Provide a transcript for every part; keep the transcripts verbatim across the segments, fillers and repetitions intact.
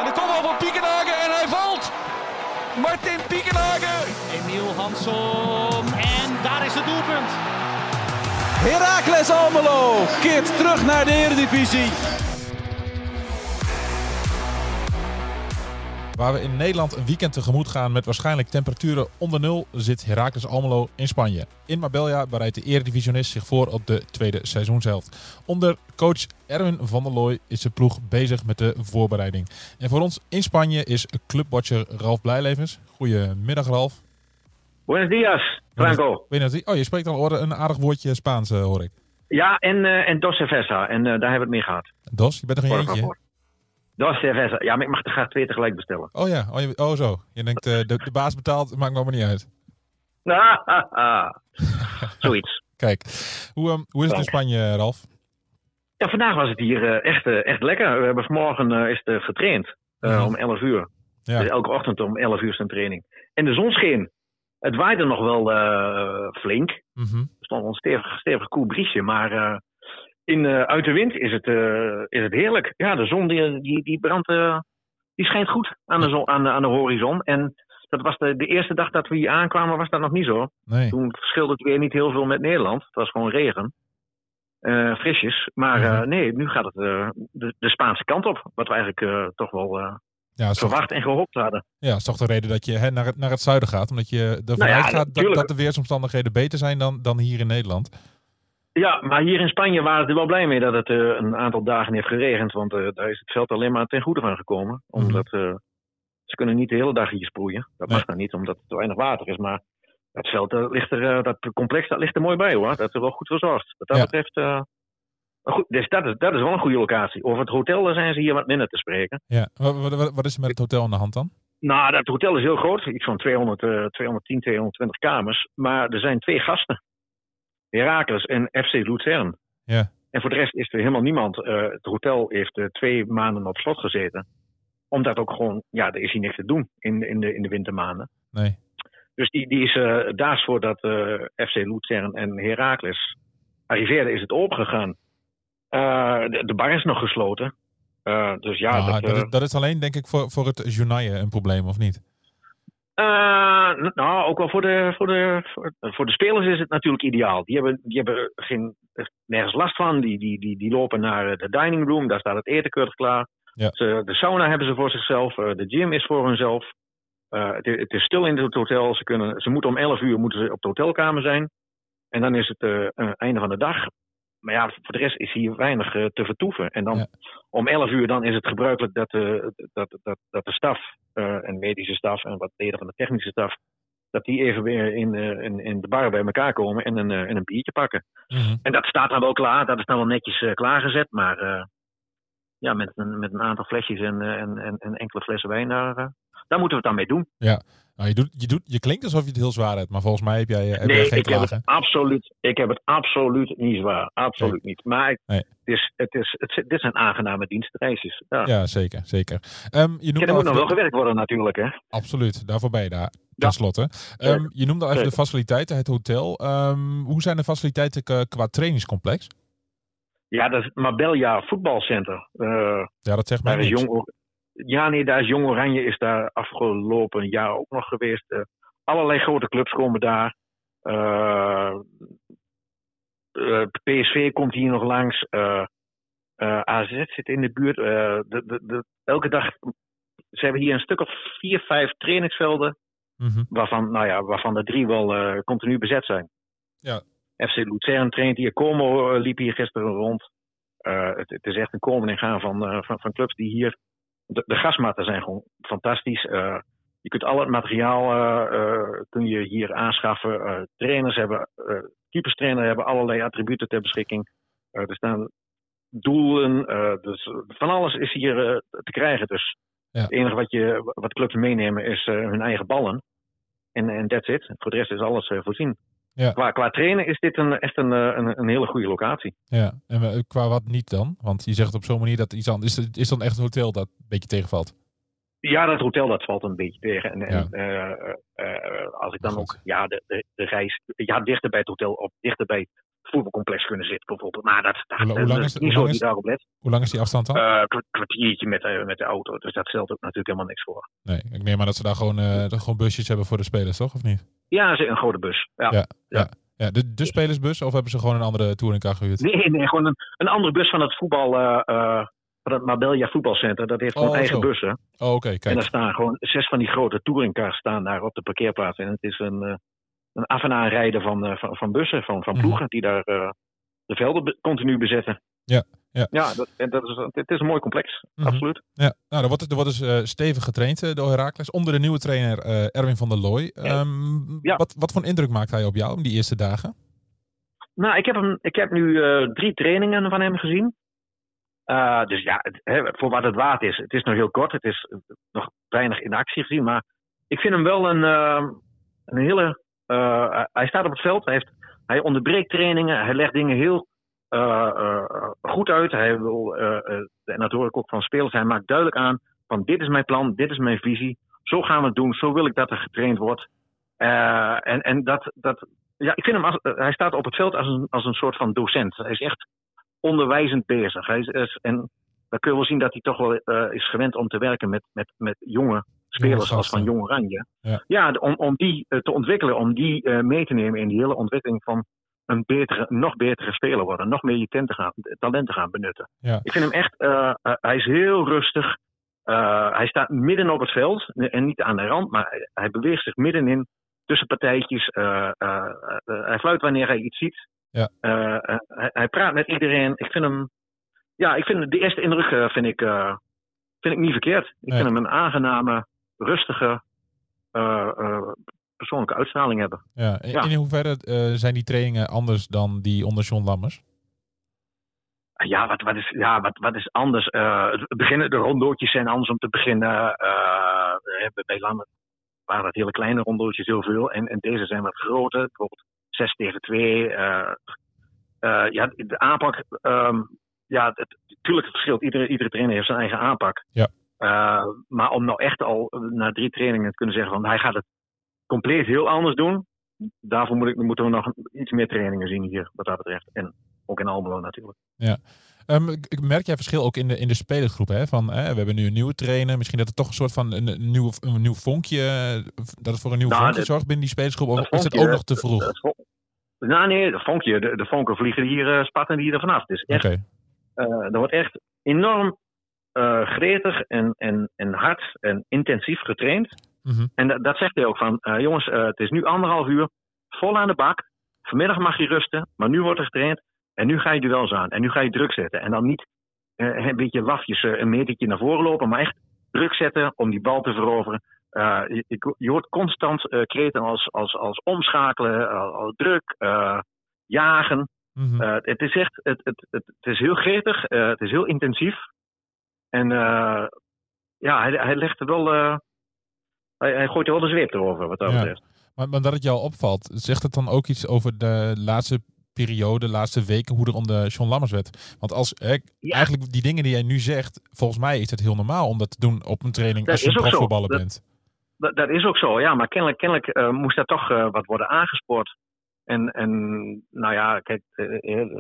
En de kopbal van Piekenhagen en hij valt. Martin Piekenhagen. Emiel Hansson en daar is het doelpunt. Heracles Almelo keert terug naar de Eredivisie. Waar we in Nederland een weekend tegemoet gaan met waarschijnlijk temperaturen onder nul, zit Heracles Almelo in Spanje. In Marbella bereidt de eredivisionist zich voor op de tweede seizoenshelft. Onder coach Erwin van der Looy is de ploeg bezig met de voorbereiding. En voor ons in Spanje is clubwatcher Ralf Blijlevens. Goedemiddag Ralf. Buenos días, Franco. Oh, je spreekt al een aardig woordje Spaans, uh, hoor ik. Ja, en, uh, en dos cerveza. En uh, daar hebben we het mee gehad. Dos? Je bent er geen eentje? Dos cerveza. Ja, maar ik mag er graag twee tegelijk bestellen. Oh ja, oh, je, oh zo. Je denkt, uh, de, de baas betaalt, maakt me maar niet uit. Zoiets. Kijk, hoe, um, hoe is het in Spanje, Ralf? Ja, vandaag was het hier uh, echt, uh, echt lekker. We hebben vanmorgen uh, is het, uh, getraind uh, mm-hmm. om elf uur. Ja. Dus elke ochtend om elf uur zijn training. En de zon scheen. Het waaide nog wel uh, flink. Mm-hmm. Er stond een stevig, stevig koel briesje, maar uh, in, uh, uit de wind is het, uh, is het heerlijk. Ja, de zon die, die, die brandt, uh, die schijnt goed aan de, zon, aan, de, aan de horizon. En dat was de, de eerste dag dat we hier aankwamen, was dat nog niet zo. Nee. Toen verschilde het weer niet heel veel met Nederland. Het was gewoon regen. Uh, frisjes. Maar uh, nee, nu gaat het uh, de, de Spaanse kant op. Wat we eigenlijk uh, toch wel uh, ja, verwacht toch, en gehoopt hadden. Ja, dat is toch de reden dat je hè, naar, het, naar het zuiden gaat. Omdat je ervan nou ja, uitgaat dat, dat de weersomstandigheden beter zijn dan, dan hier in Nederland. Ja, maar hier in Spanje waren ze er wel blij mee dat het uh, een aantal dagen heeft geregend. Want uh, daar is het veld alleen maar ten goede van gekomen. Omdat uh, ze kunnen niet de hele dag hier sproeien. Dat nee. mag dan niet, omdat het te weinig water is. Maar het veld uh, ligt er, uh, dat complex dat ligt er mooi bij hoor. Dat is wel goed verzorgd. Wat dat ja. betreft, uh, goed, dus dat is, dat is wel een goede locatie. Over het hotel daar zijn ze hier wat minder te spreken. Ja, wat, wat, wat is er met het hotel aan de hand dan? Nou, dat hotel is heel groot. Iets van tweehonderd, uh, tweehonderdtien, tweehonderdtwintig kamers. Maar er zijn twee gasten. Heracles en F C Luzern. Ja. En voor de rest is er helemaal niemand. Uh, het hotel heeft uh, twee maanden op slot gezeten. Omdat ook gewoon, ja, er is hier niks te doen in, in, de, in de wintermaanden. Nee. Dus die, die is uh, daags voordat uh, F C Luzern en Heracles arriveerden, is het opengegaan. Uh, de, de bar is nog gesloten. Uh, dus ja, ah, dat, uh, dat, is, dat is alleen denk ik voor, voor het journaille een probleem, of niet? Uh, nou, ook wel voor de, voor, de, voor, voor de spelers is het natuurlijk ideaal. Die hebben, die hebben geen, nergens last van. Die, die, die, die lopen naar de dining room. Daar staat het eten keurig klaar. Ja. Ze, de sauna hebben ze voor zichzelf. Uh, de gym is voor hunzelf. Uh, het, het is stil in het hotel. Ze, kunnen, ze moeten om elf uur moeten ze op de hotelkamer zijn. En dan is het uh, uh, einde van de dag. Maar ja, voor de rest is hier weinig uh, te vertoeven. En dan ja. om elf uur dan is het gebruikelijk dat, uh, dat, dat, dat de staf uh, en medische staf en wat leden van de technische staf, dat die even weer in, uh, in, in de bar bij elkaar komen en een, uh, en een biertje pakken. Mm-hmm. En dat staat dan wel klaar. Dat is dan wel netjes uh, klaargezet. Maar uh, ja, met een, met een aantal flesjes en, uh, en, en, en enkele flessen wijn, daar, uh, daar moeten we het dan mee doen. Ja. Nou, je, doet, je, doet, je klinkt alsof je het heel zwaar hebt, maar volgens mij heb jij, heb nee, jij geen ik klagen. Heb het absoluut, ik heb het absoluut niet zwaar. Absoluut nee. niet. Maar het, nee. is, het is, het, dit zijn aangename dienstreisjes. Ja, ja zeker. zeker. Um, je ja, er moet nog wel gewerkt worden natuurlijk. Hè? Absoluut, daarvoor ben je daar. Ten slotte. Um, je noemde al even de faciliteiten, het hotel. Um, hoe zijn de faciliteiten k- qua trainingscomplex? Ja, dat is het Marbella voetbalcenter. Uh, ja, dat zegt mij niks. Jong, ja, nee, daar is Jong Oranje is daar afgelopen jaar ook nog geweest. Uh, allerlei grote clubs komen daar. Uh, uh, P S V komt hier nog langs. Uh, uh, A Z zit in de buurt. Uh, de, de, de, elke dag. Ze hebben hier een stuk of vier, vijf trainingsvelden. Mm-hmm. Waarvan, nou ja, waarvan er drie wel uh, continu bezet zijn. Ja. F C Luzern traint hier. Como uh, liep hier gisteren rond. Uh, het, het is echt een komen en gaan van, uh, van, van clubs die hier. De, de gasmatten zijn gewoon fantastisch. Uh, je kunt al het materiaal uh, uh, kun je hier aanschaffen. Uh, trainers hebben, uh, keeperstrainer hebben allerlei attributen ter beschikking. Uh, er staan doelen. Uh, dus van alles is hier uh, te krijgen. Dus ja. Het enige wat, je, wat clubs meenemen is uh, hun eigen ballen. En, en that's it. Voor de rest is alles uh, voorzien. Ja. Qua, qua trainen is dit een, echt een, een, een hele goede locatie. Ja, en qua wat niet dan? Want je zegt op zo'n manier dat iets anders... Is, is dan echt een hotel dat een beetje tegenvalt? Ja, dat hotel dat valt een beetje tegen. En, ja. en uh, uh, als ik dan ook ja, de, de, de reis... Ja, dichter bij het hotel, op, dichter bij voetbalcomplex kunnen zitten bijvoorbeeld. Maar dat, dat, hoe, dat, hoe lang dat is, is niet hoe zo lang die is, daarop let. hoe lang is die afstand dan? Uh, een kwartiertje met, uh, met de auto. Dus dat stelt ook natuurlijk helemaal niks voor. Nee, ik neem aan dat ze daar gewoon, uh, gewoon busjes hebben voor de spelers, toch? Of niet? Ja, ze een grote bus. Ja, ja, ja. ja. ja de, de spelersbus of hebben ze gewoon een andere touringcar gehuurd? Nee, nee, gewoon een, een andere bus van het voetbal... Uh, uh, van het Marbella voetbalcentrum. Dat heeft gewoon oh, eigen zo. bussen. Oh, oké, okay, kijk. En daar staan gewoon zes van die grote touringcars staan daar op de parkeerplaats. En het is een, uh, een af en aan rijden van, uh, van, van bussen, van, van ploegen... Mm-hmm. die daar uh, de velden be- continu bezetten. Ja, ja. ja dat, dat is, het is een mooi complex, mm-hmm. absoluut. Ja, nou, er wordt, er wordt dus uh, stevig getraind uh, door Heracles. Onder de nieuwe trainer uh, Erwin van der Looy. Um, ja. wat, wat voor indruk maakt hij op jou in die eerste dagen? Nou, ik heb, hem, ik heb nu uh, drie trainingen van hem gezien. Uh, dus ja, het, he, voor wat het waard is. Het is nog heel kort. Het is nog weinig in actie gezien. Maar ik vind hem wel een, uh, een hele... Uh, hij staat op het veld. Hij, heeft, hij onderbreekt trainingen. Hij legt dingen heel uh, uh, goed uit. Hij wil, uh, uh, en dat hoor ik ook van spelers. Hij maakt duidelijk aan van dit is mijn plan. Dit is mijn visie. Zo gaan we het doen. Zo wil ik dat er getraind wordt. Uh, en, en dat... dat ja, ik vind hem als, uh, hij staat op het veld als een, als een soort van docent. Hij is echt onderwijzend bezig. Hij is, en dan kun je wel zien dat hij toch wel uh, is gewend om te werken met, met, met jonge spelers ja, als van Jong Oranje. Ja, ja om, om die uh, te ontwikkelen, om die uh, mee te nemen in die hele ontwikkeling van een betere, nog betere speler worden. Nog meer je talenten gaan, talenten gaan benutten. Ja. Ik vind hem echt, uh, uh, hij is heel rustig. Uh, hij staat midden op het veld en niet aan de rand, maar hij, hij beweegt zich middenin tussen partijtjes. Uh, uh, uh, hij fluit wanneer hij iets ziet. Ja. Uh, uh, hij, hij praat met iedereen. Ik vind hem, ja, ik vind de eerste indruk uh, vind ik, uh, vind ik niet verkeerd. Ik nee. vind hem een aangename, rustige, uh, uh, persoonlijke uitstraling hebben. Ja. In, ja. in hoeverre uh, zijn die trainingen anders dan die onder John Lammers? Ja, wat, wat, is, ja wat, wat is anders? Uh, het beginnen, de rondootjes zijn anders om te beginnen. Uh, bij Lammers waren dat hele kleine rondootjes heel veel. En, en deze zijn wat groter. Bijvoorbeeld zes tegen twee. Uh, uh, ja, de aanpak. Um, ja, het, natuurlijk het verschilt. Iedere, iedere trainer heeft zijn eigen aanpak. Ja. Uh, maar om nou echt al na drie trainingen te kunnen zeggen van hij gaat het compleet heel anders doen. Daarvoor moet ik, moeten we nog iets meer trainingen zien hier wat dat betreft. En ook in Almelo natuurlijk. Ja. Um, merk jij verschil ook in de, in de spelersgroep? Hè? Van, hè, we hebben nu een nieuwe trainer. Misschien dat het toch een soort van een, een, nieuw, een nieuw vonkje... dat het voor een nieuw nou, vonkje de, zorgt binnen die spelersgroep? Of vonkje, is het ook nog te vroeg? Het, het, nou nee, de vonkje. De, de vonken vliegen hier, uh, spatten hier er vanaf. Dus echt, okay. uh, er wordt echt enorm uh, gretig en, en, en hard en intensief getraind. Mm-hmm. En dat, dat zegt hij ook van... Uh, jongens, uh, het is nu anderhalf uur. Vol aan de bak. Vanmiddag mag je rusten. Maar nu wordt er getraind. En nu ga je duels aan. En nu ga je druk zetten. En dan niet uh, een beetje lafjes uh, een metertje naar voren lopen. Maar echt druk zetten om die bal te veroveren. Uh, je, je hoort constant uh, kreten als, als, als omschakelen. Uh, als druk. Uh, jagen. Mm-hmm. Uh, het is echt... Het, het, het, het is heel gretig. Uh, het is heel intensief. En uh, ja, hij, hij legt er wel... Uh, hij, hij gooit er wel de zweep erover wat dat ja. betreft. Maar, maar dat het jou opvalt, zegt het dan ook iets over de laatste periode, de laatste weken, hoe er onder John Lammers werd? Want als hè, ja. eigenlijk die dingen die jij nu zegt, volgens mij is het heel normaal om dat te doen op een training dat als je een profvoetballer bent. Dat, dat is ook zo, ja, maar kennelijk, kennelijk uh, moest daar toch uh, wat worden aangespoord. En, en nou ja, kijk, uh, uh,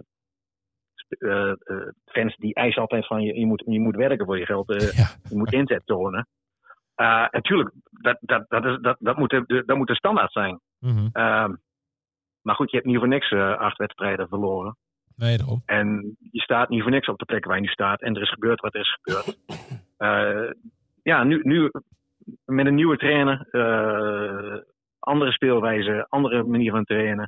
uh, uh, fans die eisen altijd van je, je moet, je moet werken voor je geld, uh, ja. je moet inzet tonen. Uh, natuurlijk, dat, dat, dat, is, dat, dat, moet de, dat moet de standaard zijn. Mm-hmm. Uh, maar goed, je hebt niet voor niks uh, acht wedstrijden verloren. Nee, daarom. En je staat niet voor niks op de plek waar je nu staat. En er is gebeurd wat er is gebeurd. Uh, ja, nu, nu met een nieuwe trainer, uh, andere speelwijze, andere manier van trainen,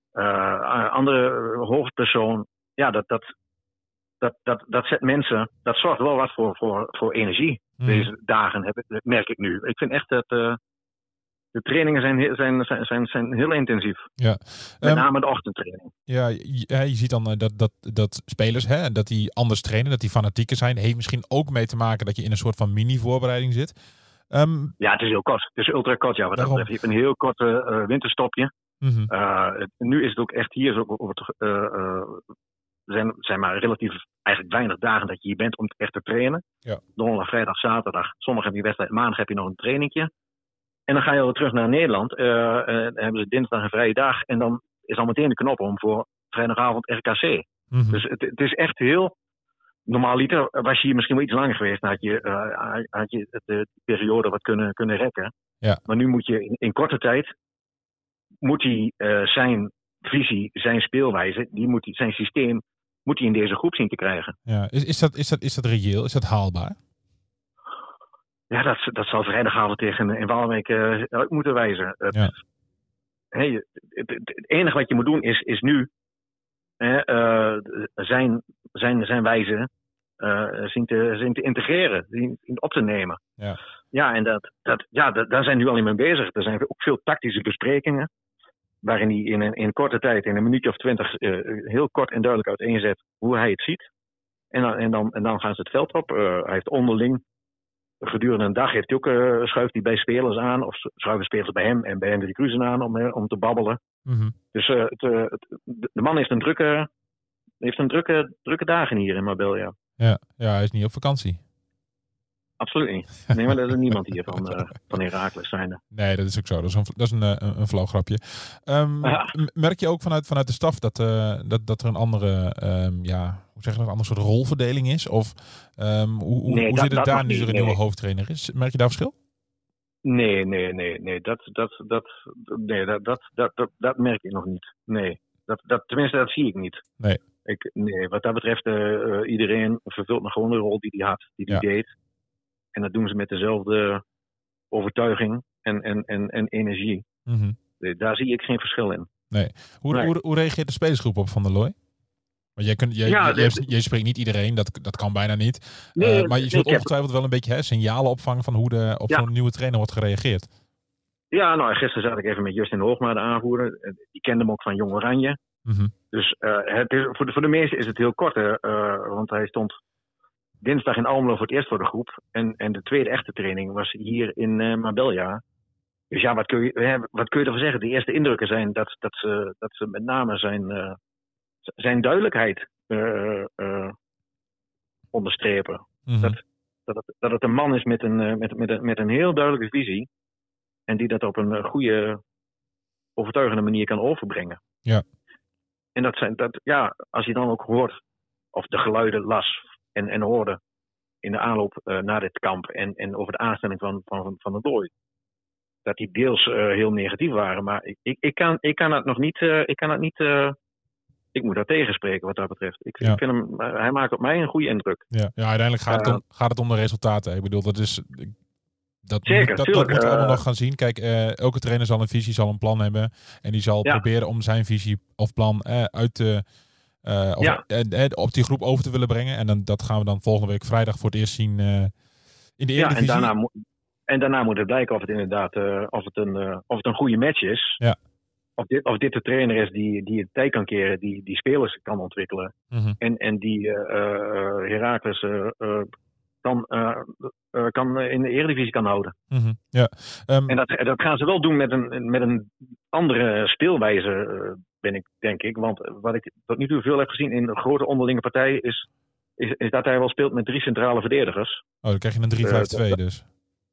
uh, andere hoofdpersoon. Ja, dat, dat, dat, dat, dat zet mensen, dat zorgt wel wat voor, voor, voor energie. Mm. Deze dagen heb ik, dat merk ik nu. Ik vind echt dat uh, de trainingen zijn, zijn, zijn, zijn, zijn heel intensief. Ja. Met um, name de ochtendtraining. Ja, je, je ziet dan uh, dat, dat, dat spelers, hè, dat die anders trainen, dat die fanatieker zijn. Heeft misschien ook mee te maken dat je in een soort van mini-voorbereiding zit. Um, ja, het is heel kort. Het is ultra kort, ja. Wat dat betreft. Je hebt een heel kort uh, winterstopje. Mm-hmm. Uh, het, nu is het ook echt hier zo op het... Uh, uh, Er zijn, zijn maar relatief eigenlijk weinig dagen dat je hier bent om echt te trainen. Ja. Donderdag, vrijdag, zaterdag. Zondag heb je wedstrijd, maandag heb je nog een trainingje. En dan ga je weer terug naar Nederland. Uh, uh, dan hebben ze dinsdag een vrije dag. En dan is al meteen de knop om voor vrijdagavond R K C. Mm-hmm. Dus het, het is echt heel... Normaaliter was je hier misschien wel iets langer geweest. Dan had je, uh, had je de, de periode wat kunnen, kunnen rekken. Ja. Maar nu moet je in, in korte tijd... moet hij uh, zijn visie, zijn speelwijze... Die moet hij, zijn systeem... moet hij in deze groep zien te krijgen. Ja. Is, is, dat, is, dat, is dat reëel? Is dat haalbaar? Ja, dat, dat zal vrijdagavond tegen in Waalwijk uh, uit moeten wijzen. Het, ja. hey, het, het, het enige wat je moet doen is, is nu... Uh, zijn, zijn, zijn wijze uh, zien, te, zien te integreren, zien, zien op te nemen. Ja, ja en dat, dat, ja, dat, daar zijn we nu al in mee bezig. Er zijn ook veel tactische besprekingen, waarin hij in een in korte tijd, in een minuutje of twintig, uh, heel kort en duidelijk uiteenzet hoe hij het ziet. En dan, en dan, en dan gaan ze het veld op. Uh, hij heeft onderling, gedurende een dag heeft hij ook, uh, schuift hij bij spelers aan, of schuiven spelers bij hem en bij Hendrik Cruzen aan om, uh, om te babbelen. mm-hmm. Dus uh, het, uh, het, de man heeft een drukke, heeft een drukke, drukke dagen hier in Marbella. Ja, ja, hij is niet op vakantie. Absoluut niet. Nee, maar er is niemand hier van, uh, van Heracles zijn. Nee, dat is ook zo. Dat is een, dat is een, een, een flauw grapje. Um, ja. Merk je ook vanuit, vanuit de staf dat, uh, dat, dat er een andere, um, ja, hoe zeg je dat, een ander soort rolverdeling is? Of um, hoe, nee, hoe dat, zit het dat daar nu er een nee. nieuwe hoofdtrainer is? Merk je daar verschil? Nee, nee, nee, nee. Dat, dat, dat, nee, dat, dat, dat, dat, dat merk ik nog niet. Nee. Dat, dat, tenminste, dat zie ik niet. Nee. Ik, nee, wat dat betreft, uh, iedereen vervult nog gewoon de rol die hij had, die hij ja. deed. En dat doen ze met dezelfde overtuiging en, en, en, en energie. Mm-hmm. Daar zie ik geen verschil in. Nee. Hoe, nee. hoe, hoe reageert de spelersgroep op Van der Looy? Want jij, kunt, jij, ja, jij, de, jij spreekt niet iedereen, dat, dat kan bijna niet. Nee, uh, maar je zult nee, ongetwijfeld heb... wel een beetje hè, signalen opvangen van hoe de, op ja. zo'n nieuwe trainer wordt gereageerd. Ja, nou, gisteren zat ik even met Justin Hoogma, de aanvoerder. Die kende hem ook van Jong Oranje. Mm-hmm. Dus uh, het is, voor, de, voor de meesten is het heel kort, uh, want hij stond dinsdag in Almelo voor het eerst voor de groep. En, en de tweede echte training was hier in uh, Marbella. Dus ja, wat kun je, hè, wat kun je ervan zeggen? De eerste indrukken zijn dat, dat, ze, dat ze met name zijn, uh, zijn duidelijkheid uh, uh, onderstrepen. Mm-hmm. Dat, dat, het, dat het een man is met een, uh, met, met, een, met een heel duidelijke visie. En die dat op een uh, goede, overtuigende manier kan overbrengen. Ja. En dat zijn, dat, ja, als je dan ook hoort, of de geluiden las en, en hoorde in de aanloop uh, naar dit kamp en, en over de aanstelling van, van, van de Looy, dat die deels uh, heel negatief waren. Maar ik, ik, ik, kan, ik kan dat nog niet, uh, ik kan dat niet, uh, ik moet dat tegenspreken wat dat betreft. Ik, ja. ik vind hem, uh, hij maakt op mij een goede indruk. Ja, ja uiteindelijk gaat het, om, gaat het om de resultaten. Ik bedoel, dat is... Dat, Zeker, dat, tuurlijk, dat moeten we uh, allemaal nog gaan zien. Kijk, uh, elke trainer zal een visie, zal een plan hebben. En die zal ja. proberen om zijn visie of plan uh, uit te, uh, of, ja. uh, uh, op die groep over te willen brengen. En dan, dat gaan we dan volgende week vrijdag voor het eerst zien uh, in de Eredivisie. Ja, en daarna, mo- en daarna moet het blijken of het inderdaad uh, of het een, uh, of het een goede match is. Ja. Of, dit, of dit de trainer is die, die het tijd kan keren, die, die spelers kan ontwikkelen. Mm-hmm. En, en die uh, uh, Heracles uh, uh, kan, uh, uh, kan in de Eredivisie kan houden. Mm-hmm. Ja. Um, en dat, dat gaan ze wel doen met een, met een andere speelwijze, uh, ben ik, denk ik. Want wat ik tot nu toe veel heb gezien in grote onderlinge partijen is, is, is dat hij wel speelt met drie centrale verdedigers. Oh, dan krijg je een drie vijf twee uh, dus.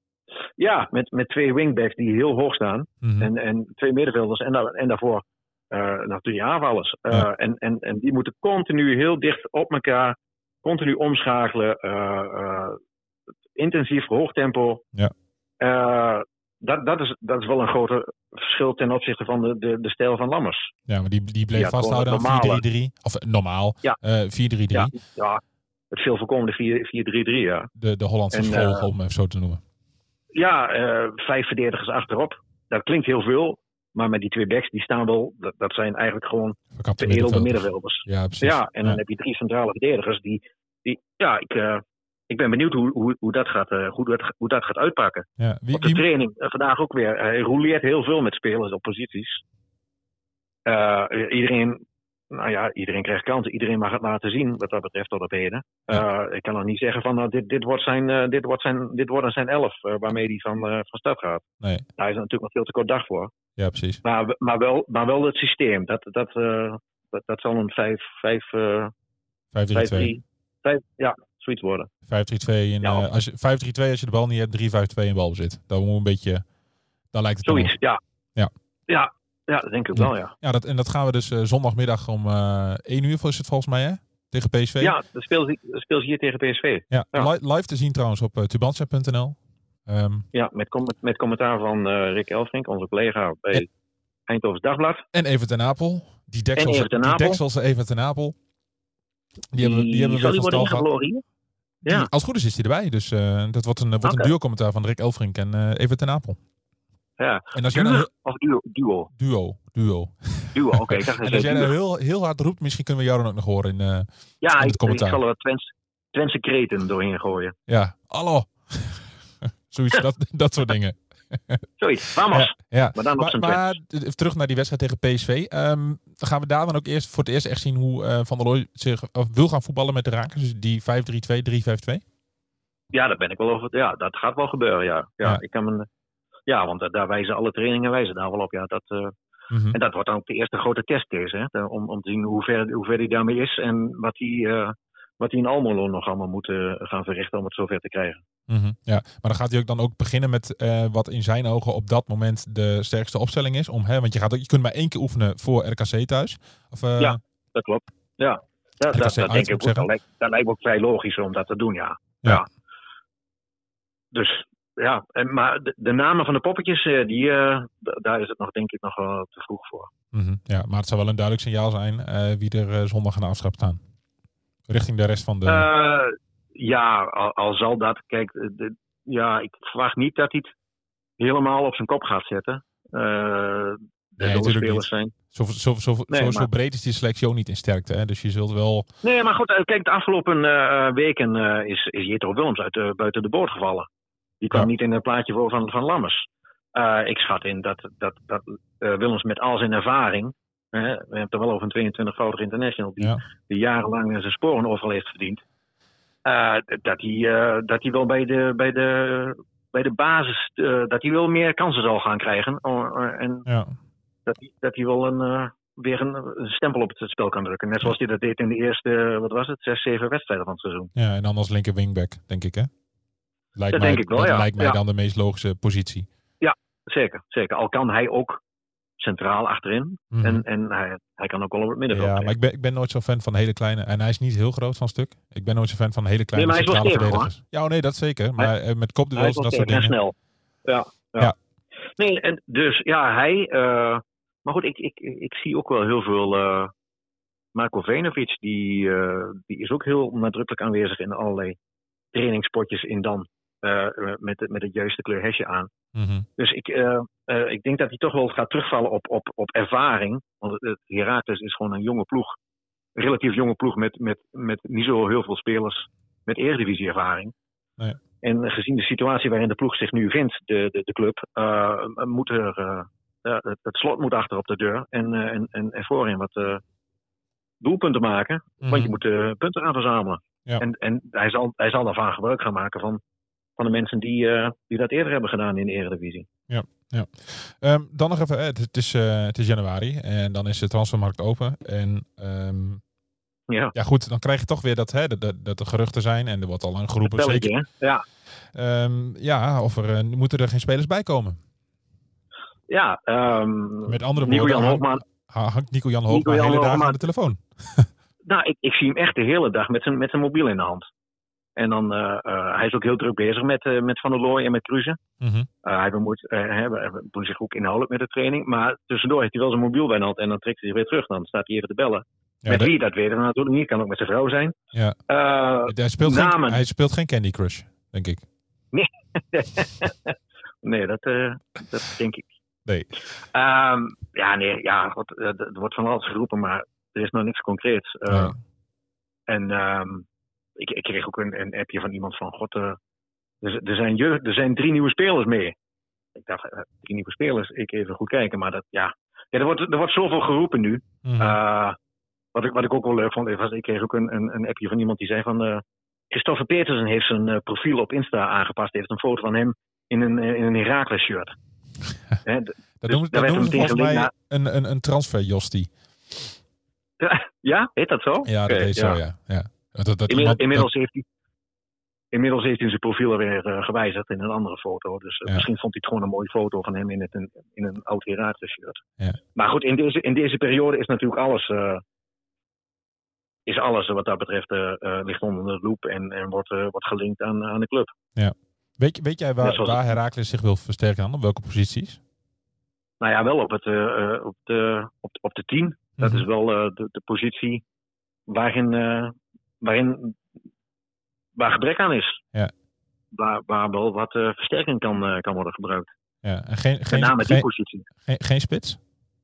Ja, met, met twee wingbacks die heel hoog staan. Mm-hmm. En, en twee middenvelders en, da- en daarvoor uh, natuurlijk aanvallers. Uh, ja. en, en, en die moeten continu heel dicht op elkaar, continu omschakelen. Uh, uh, intensief, hoog tempo. Ja. Uh, dat, dat, is, dat is wel een groter verschil ten opzichte van de, de, de stijl van Lammers. Ja, maar die, die bleef ja, vasthouden aan vier drie drie. Of normaal, ja. uh, vier drie drie. Ja, ja, het veel voorkomende vier drie drie, ja. De, de Hollandse en, school, uh, om even zo te noemen. Ja, uh, vijf verdedigers achterop. Dat klinkt heel veel. Maar met die twee backs, die staan wel... Dat, dat zijn eigenlijk gewoon veredelde middenvelders. Ja, precies. Ja, en dan ja. heb je drie centrale verdedigers die... die ja, ik, uh, ik ben benieuwd hoe, hoe, hoe, dat gaat, uh, hoe, dat, hoe dat gaat uitpakken. Ja, wie, op de wie... training uh, vandaag ook weer. Hij roleert heel veel met spelers op posities. Uh, iedereen... Nou ja, iedereen krijgt kansen. Iedereen mag het laten zien wat dat betreft tot op heden. Ja. Uh, ik kan nog niet zeggen van uh, dit, dit, wordt zijn, uh, dit, wordt zijn, dit worden zijn elf uh, waarmee hij van, uh, van start gaat. Nee. Daar is natuurlijk nog veel te kort dag voor. Ja, precies. Maar, maar, wel, maar wel het systeem. Dat, dat, uh, dat, dat zal een vijf drie twee ja, zoiets worden. vijf drie twee in, ja. uh, als je, vijf drie twee als je de bal niet hebt, drie vijf twee in balbezit. Dan moet een beetje... Dan lijkt het zoiets, ja. Ja. Ja. Ja, dat denk ik wel, ja. Ja, dat, en dat gaan we dus uh, zondagmiddag om uh, één uur is het volgens mij, hè? Tegen P S V. Ja, dat speelt ze hier tegen P S V. Ja, ja. Li- live te zien trouwens op uh, tubantia punt n l. Um, ja, met, com- met commentaar van uh, Rick Elfrink, onze collega bij en, Eindhovens Dagblad. En Evert ten Apel. Die dekselse, die dekselse Evert ten Apel. Die, die hebben, die hebben we weer van stal gehad. Ja. Die, als het goed is, is hij erbij. Dus uh, dat wordt een, wordt okay. een duo-commentaar van Rick Elfrink en uh, Evert ten Apel. Ja. En als jij nou, of duo? Duo. Duo. Duo. Duo, oké. Okay, en als jij nou heel, heel hard roept, misschien kunnen we jou dan ook nog horen in, uh, ja, in het commentaar. Ja, ik zal er wat Twents, Twentse kreten doorheen gooien. Ja, hallo. Zoiets, dat, dat soort dingen. Zoiets, vamos. Ja, ja. Maar dan op zijn Maar, maar terug naar die wedstrijd tegen P S V. Um, gaan we daar dan ook eerst voor het eerst echt zien hoe uh, Van der Looy zich of wil gaan voetballen met de Rakers? Dus die vijf drie twee, drie vijf twee? Ja, daar ben ik wel over. Ja, dat gaat wel gebeuren, ja. Ja, ja. Ik kan me, ja want uh, daar wijzen alle trainingen wijzen daar wel op. Ja, dat, uh, mm-hmm. En dat wordt dan ook de eerste grote testcase, hè, om, om te zien hoe ver, hoe ver hij daarmee is en wat hij... Uh, wat hij in Almelo nog allemaal moet uh, gaan verrichten om het zover te krijgen. Mm-hmm, ja, maar dan gaat hij ook dan ook beginnen met uh, wat in zijn ogen op dat moment de sterkste opstelling is. Om, hè, want je, gaat ook, je kunt maar één keer oefenen voor R K C thuis. Of, uh, ja, dat klopt. Ja, dat, dat, dat denk ik ook. Dat lijkt, dat lijkt me ook vrij logisch om dat te doen, ja. ja. ja. Dus, ja. En, maar de, de namen van de poppetjes, uh, die, uh, d- daar is het nog denk ik nog wel te vroeg voor. Mm-hmm, ja, maar het zou wel een duidelijk signaal zijn uh, wie er uh, zondag aan de aftrap staan. Richting de rest van de... Uh, ja, al, al zal dat... Kijk, de, ja, ik verwacht niet dat hij het helemaal op zijn kop gaat zetten. Uh, nee, natuurlijk niet. Zijn. Zo, zo, zo, nee, zo, maar... zo breed is die selectie ook niet in sterkte. Hè? Dus je zult wel... Nee, maar goed. Kijk, de afgelopen uh, weken uh, is, is Jetro Willems uit de, buiten de boot gevallen. Die kwam ja. niet in het plaatje voor van, van Lammers. Uh, ik schat in dat, dat, dat uh, Willems met al zijn ervaring... We hebben het er wel over een tweeëntwintigvoudig international die, ja. die jarenlang zijn sporen overal heeft verdiend. Uh, dat, hij, uh, dat hij wel bij de, bij de, bij de basis, uh, dat hij wel meer kansen zal gaan krijgen. Uh, en ja. dat, hij, dat hij wel een, uh, weer een, een stempel op het spel kan drukken. Net zoals hij dat deed in de eerste, wat was het, zes, zeven wedstrijden van het seizoen. Ja, en dan als linker wingback, denk ik hè? Lijkt dat mij, denk ik wel, dat ja. lijkt mij ja. dan de meest logische positie. Ja, zeker. zeker. Al kan hij ook centraal achterin. Mm-hmm. En, en hij, hij kan ook wel op het middenveld. Ja, maar ik ben, ik ben nooit zo fan van hele kleine... En hij is niet heel groot van stuk. Ik ben nooit zo fan van hele kleine nee, centrale stevig, verdedigers. Hoor. Ja, nee, dat zeker. Maar hij, met kopduels en dat soort dingen. Hij is snel. Ja, ja. ja. Nee, en dus ja, hij... Uh, maar goed, ik, ik, ik zie ook wel heel veel... Uh, Marko Venovic, die, uh, die is ook heel nadrukkelijk aanwezig in allerlei trainingspotjes in Dan. Uh, met, met het juiste kleur hesje aan. Mm-hmm. Dus ik, uh, uh, ik denk dat hij toch wel gaat terugvallen op, op, op ervaring. Want het Heracles is gewoon een jonge ploeg. Een relatief jonge ploeg met, met, met niet zo heel veel spelers met eredivisie ervaring. Nee. En gezien de situatie waarin de ploeg zich nu vindt, de, de, de club, uh, moet er, uh, uh, het, het slot moet achter op de deur. En, uh, en, en, en voorin wat uh, doelpunten maken. Mm-hmm. Want je moet uh, punten gaan verzamelen. Ja. En, en hij, zal, hij zal daarvan gebruik gaan maken van... van de mensen die, uh, die dat eerder hebben gedaan in de Eredivisie. Ja, ja. Um, dan nog even, het, het, is, uh, het is januari en dan is de transfermarkt open. En um, ja. ja goed, dan krijg je toch weer dat, hè, dat, dat, dat er geruchten zijn en er wordt al lang geroepen. Belletje, zeker. Ja. Um, ja, of er uh, moeten er geen spelers bij komen. Ja. Um, Met andere woorden, hangt hang Nico-Jan Hoogma de hele dag aan de telefoon. Nou, ik, ik zie hem echt de hele dag met zijn, met zijn mobiel in de hand. En dan, uh, uh, hij is ook heel druk bezig met, uh, met Van der Looy en met Kruse. Mm-hmm. Uh, hij bemoeit, uh, hij bemoeit zich ook inhoudelijk met de training. Maar tussendoor heeft hij wel zijn mobiel bij de hand en dan trekt hij zich weer terug. Dan staat hij even te bellen. Ja, met dat... wie, dat weten we natuurlijk niet. Kan ook met zijn vrouw zijn. Ja. Uh, hij, speelt geen, hij speelt geen Candy Crush, denk ik. Nee, nee dat, uh, dat denk ik. Nee. Um, ja, nee, ja, God, uh, er wordt van alles geroepen, maar er is nog niks concreets. Uh, ja. En... Um, Ik, ik kreeg ook een, een appje van iemand van... God, uh, er, er, zijn je, er zijn drie nieuwe spelers mee. Ik dacht, uh, drie nieuwe spelers? Ik even goed kijken. Maar dat, ja... ja er, wordt, er wordt zoveel geroepen nu. Mm-hmm. Uh, wat, ik, wat ik ook wel leuk vond... Was, ik kreeg ook een, een, een appje van iemand die zei van... Uh, Christopher Petersen heeft zijn uh, profiel op Insta aangepast. Heeft een foto van hem in een, in een Heracles shirt. He, d- dat dus noemen dat noemen ze volgens mij naar... een, een, een transfer-Jostie. Ja, heet dat zo? Ja, dat okay, heet ja. zo, ja. ja. Dat, dat Inmiddels, iemand, inmiddels dat, heeft hij... inmiddels heeft hij zijn profiel weer uh, gewijzigd in een andere foto. Dus uh, ja. misschien vond hij het gewoon een mooie foto van hem in, het, in, in een oud Heracles shirt. Ja. Maar goed, in deze, in deze periode is natuurlijk alles... Uh, is alles wat dat betreft uh, uh, ligt onder de loep en, en wordt, uh, wordt gelinkt aan, aan de club. Ja. Weet, weet jij waar, waar Heracles zich wil versterken dan? Op welke posities? Nou ja, wel op, het, uh, op, de, op, op de tien. Dat mm-hmm. is wel uh, de, de positie waarin, uh, waarin waar gebrek aan is. Ja. Waar, waar wel wat uh, versterking kan, uh, kan worden gebruikt. Ja. En geen, geen, Met name die geen, positie. Geen, geen spits?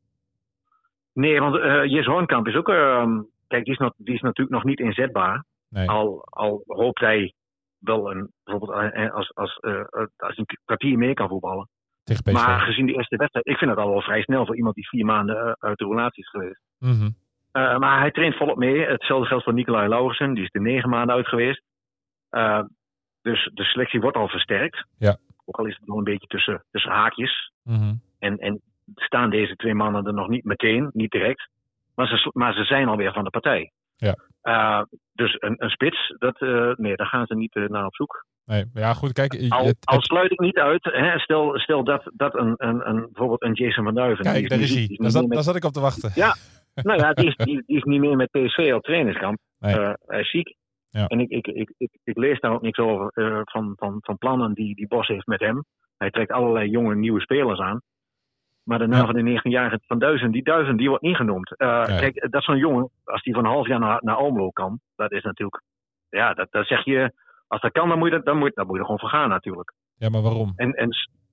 Nee, want uh, Jes Hoornkamp is ook... Uh, kijk, die is, nog, die is natuurlijk nog niet inzetbaar. Nee. Al, al hoopt hij wel een, bijvoorbeeld uh, als, als, uh, als een kwartier mee kan voetballen. Maar gezien die eerste wedstrijd, ik vind het al wel vrij snel voor iemand die vier maanden uh, uit de relatie is geweest. Mm-hmm. Uh, maar hij traint volop mee. Hetzelfde geldt voor Nicolai Lauwersen, die is er negen maanden uit geweest. Uh, dus de selectie wordt al versterkt. Ja. Ook al is het nog een beetje tussen, tussen haakjes. Mm-hmm. En, en staan deze twee mannen er nog niet meteen, niet direct. Maar ze, maar ze zijn alweer van de partij. Ja. Uh, dus een, een spits, dat, uh, nee, daar gaan ze niet uh, naar op zoek. Nee, ja goed, kijk... Al, het, al sluit ik niet uit, hè, stel, stel dat, dat een, een, een, bijvoorbeeld een Jason van Duiven... Kijk, die daar is hij. Daar zat, met... daar zat ik op te wachten. Ja, nou ja, die is, die, die is niet meer met P S V op trainingskamp. Nee. Uh, hij is ziek. Ja. En ik, ik, ik, ik, ik lees daar ook niks over uh, van, van, van plannen die, die Bos heeft met hem. Hij trekt allerlei jonge nieuwe spelers aan. Maar de naam ja. van de negentienjarige Van Duiven, die Duiven, die wordt niet genoemd. Uh, ja. Kijk, dat is zo'n jongen, als die van een half jaar naar, naar Almelo kan, dat is natuurlijk... Ja, dat, dat zeg je... Als dat kan, dan moet je, dat, dan moet, dan moet je er gewoon voor gaan natuurlijk. Ja, maar waarom? En, en,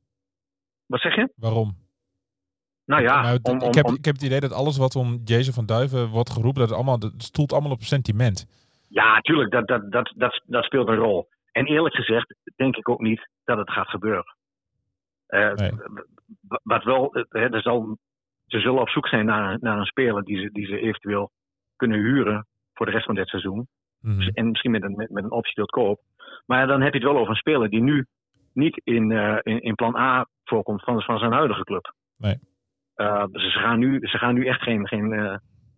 wat zeg je? Waarom? Nou ja, nou, om, om, ik, heb, om, ik heb het idee dat alles wat om Jason van Duiven wordt geroepen, dat, het allemaal, dat stoelt allemaal op sentiment. Ja, tuurlijk, dat, dat, dat, dat, dat speelt een rol. En eerlijk gezegd denk ik ook niet dat het gaat gebeuren. Uh, nee. Wat wel, uh, er zal, ze zullen op zoek zijn naar, naar een speler die ze, die ze eventueel kunnen huren voor de rest van dit seizoen. Mm-hmm. En misschien met een, met, met een optie tot koop. Maar dan heb je het wel over een speler die nu niet in, uh, in, in plan A voorkomt van, van zijn huidige club. Nee. Uh, dus ze gaan nu, ze gaan nu echt geen... geen uh,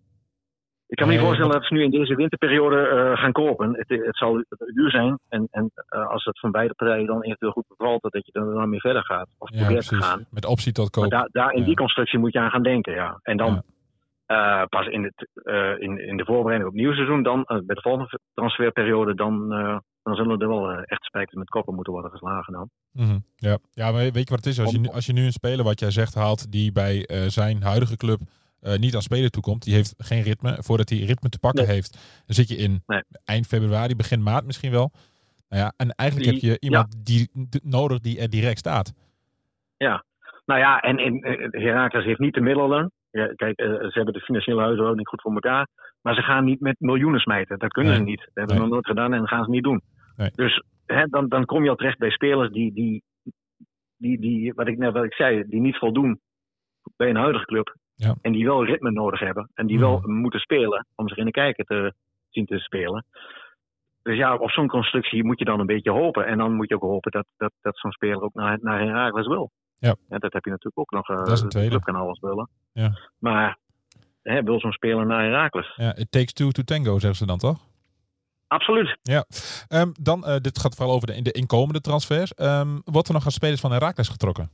ik kan me nee, niet voorstellen maar... dat ze nu in deze winterperiode uh, gaan kopen. Het, het zal duur zijn. En, en uh, als het van beide partijen dan eventueel goed bevalt, dat je er dan mee verder gaat. Of ja, probeert precies. te gaan. Met optie tot koop. Maar daar, daar in ja. die constructie moet je aan gaan denken, ja. En dan... Ja. Uh, pas in, het, uh, in, in de voorbereiding op het nieuwe seizoen, dan uh, bij de volgende transferperiode, dan, uh, dan zullen er wel uh, echt spijkers met koppen moeten worden geslagen dan. Mm-hmm. Ja. ja, maar weet je wat het is? Als je, nu, als je nu een speler, wat jij zegt, haalt die bij uh, zijn huidige club uh, niet aan spelen toekomt, die heeft geen ritme. Voordat hij ritme te pakken nee. heeft, dan zit je in nee. eind februari, begin maart misschien wel. Nou ja, en eigenlijk die, heb je iemand ja. die, die nodig die er direct staat. Ja, nou ja, en, en Heracles heeft niet de middelen. Ja, kijk, uh, ze hebben de financiële huizen ook niet goed voor elkaar. Maar ze gaan niet met miljoenen smijten. Dat kunnen nee. ze niet. Dat hebben ze nee. nog nooit gedaan en dat gaan ze niet doen. Nee. Dus hè, dan, dan kom je al terecht bij spelers die, die, die, die wat, ik, wat ik zei, die niet voldoen bij een huidige club. Ja. En die wel ritme nodig hebben. En die mm. wel moeten spelen om zich in de kijker te zien te spelen. Dus ja, op zo'n constructie moet je dan een beetje hopen. En dan moet je ook hopen dat, dat, dat zo'n speler ook naar, naar Heracles wil. Ja. Ja, dat heb je natuurlijk ook nog. Uh, dat is een tweede. De club kan alles willen. Ja. Maar hè, wil zo'n speler naar Heracles? Ja, it takes two to tango, zeggen ze dan toch? Absoluut. Ja. Um, dan, uh, dit gaat vooral over de, de inkomende transfers. Um, wordt er nog aan spelers van Heracles getrokken?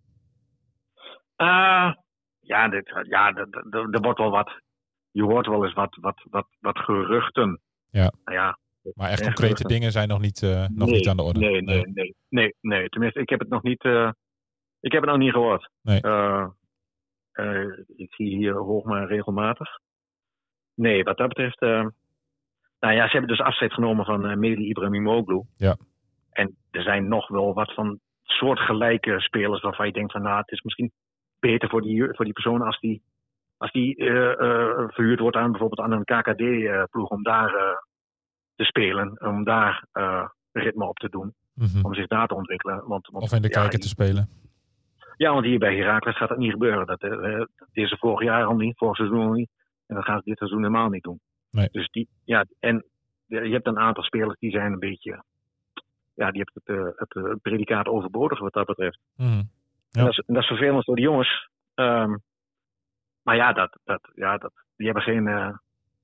Uh, ja, dit, ja er wordt wel wat. Je hoort wel eens wat, wat, wat, wat geruchten. Ja. ja maar echt concrete geruchten. Dingen zijn nog niet, uh, nog nee, niet aan de orde. Nee, nee, nee, nee, nee, nee. Tenminste, ik heb het nog niet. Uh, ik heb het nog niet gehoord. Nee. Uh, uh, ik zie hier hoog maar regelmatig. Nee, wat dat betreft. Uh, nou ja, ze hebben dus afscheid genomen van uh, Mehdi Ibrahimoglu. Ja. En er zijn nog wel wat van soortgelijke spelers waarvan je denkt van, nou, het is misschien beter voor die, voor die persoon als die, als die uh, uh, verhuurd wordt aan bijvoorbeeld aan een K K D-ploeg om daar uh, te spelen, om daar uh, ritme op te doen, mm-hmm. om zich daar te ontwikkelen. Want, want, of in de ja, kijker te spelen. Ja, want hier bij Heracles gaat dat niet gebeuren. Dat, uh, dat is er vorig jaar al niet, vorig seizoen al niet. En dat gaan ze dit seizoen helemaal niet doen. Nee. Dus die, ja, en je hebt een aantal spelers die zijn een beetje, ja, die hebben het, het, het predicaat overbodig wat dat betreft. Mm-hmm. Ja. En dat is, dat is vervelend voor de jongens. Um, maar ja, dat, dat, ja dat, die hebben geen, uh,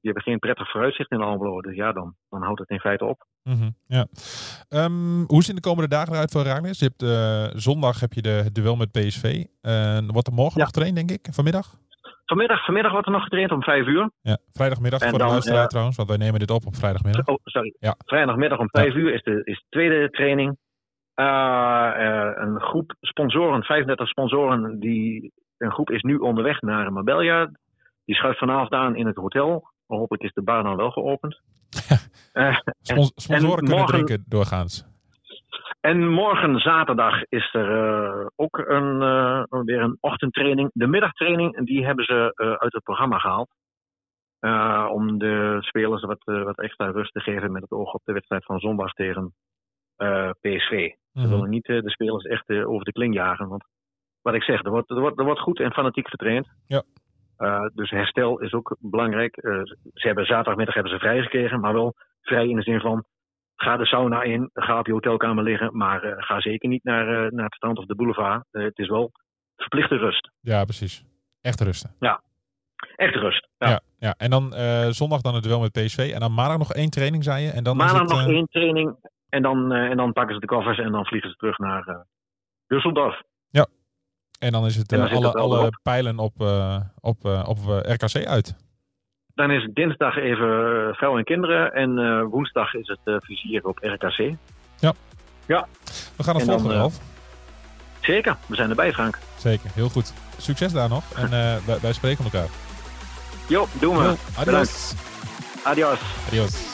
hebben geen prettig vooruitzicht in Almelo. Dus ja, dan, dan houdt het in feite op. Mm-hmm, ja. um, hoe zien de komende dagen eruit voor Heracles? Je hebt, uh, zondag heb je de, het duel met P S V. Uh, wordt er morgen ja. nog getraind, denk ik? Vanmiddag? Vanmiddag, vanmiddag wordt er nog getraind om vijf uur. Ja, vrijdagmiddag en voor dan, de luisteraar uh, trouwens, want wij nemen dit op op vrijdagmiddag. Oh, sorry. Ja. Vrijdagmiddag om vijf ja. uur is de, is de tweede training. Uh, uh, een groep sponsoren, vijfendertig sponsoren, die, een groep is nu onderweg naar Marbella. Die schuift vanavond aan in het hotel. Hopelijk is de bar dan wel geopend. uh, Spons- sponsoren en kunnen morgen, drinken doorgaans. En morgen zaterdag is er uh, ook een, uh, weer een ochtendtraining. De middagtraining die hebben ze uh, uit het programma gehaald. Uh, om de spelers wat, uh, wat extra rust te geven met het oog op de wedstrijd van zondag tegen uh, P S V. Mm-hmm. Ze willen niet uh, de spelers echt uh, over de kling jagen. Want wat ik zeg, er wordt, er wordt, er wordt goed en fanatiek getraind. Ja. Uh, dus herstel is ook belangrijk. Uh, ze hebben zaterdagmiddag hebben ze vrij gekregen, maar wel vrij in de zin van ga de sauna in, ga op je hotelkamer liggen, maar uh, ga zeker niet naar, uh, naar het strand of de boulevard. Uh, het is wel verplichte rust. Ja, precies. Echt rusten. Ja, echt rust. Ja. Ja, ja. En dan uh, zondag dan het duel met P S V en dan maandag nog één training, zei je? En dan maandag is het, nog uh... één training en dan, uh, en dan pakken ze de koffers en dan vliegen ze terug naar uh, Düsseldorf. Ja. En dan is het uh, dan alle, het alle op. pijlen op, uh, op, uh, op uh, R K C uit. Dan is het dinsdag even uh, vrouw en kinderen en uh, woensdag is het uh, vizier op R K C. Ja. Ja. We gaan het volgen, uh, Ralf. Zeker, we zijn erbij, Frank. Zeker, heel goed. Succes daar nog en uh, wij, wij spreken elkaar. Jo, doen we. Yo, adios. Bedankt. Adios. Adios.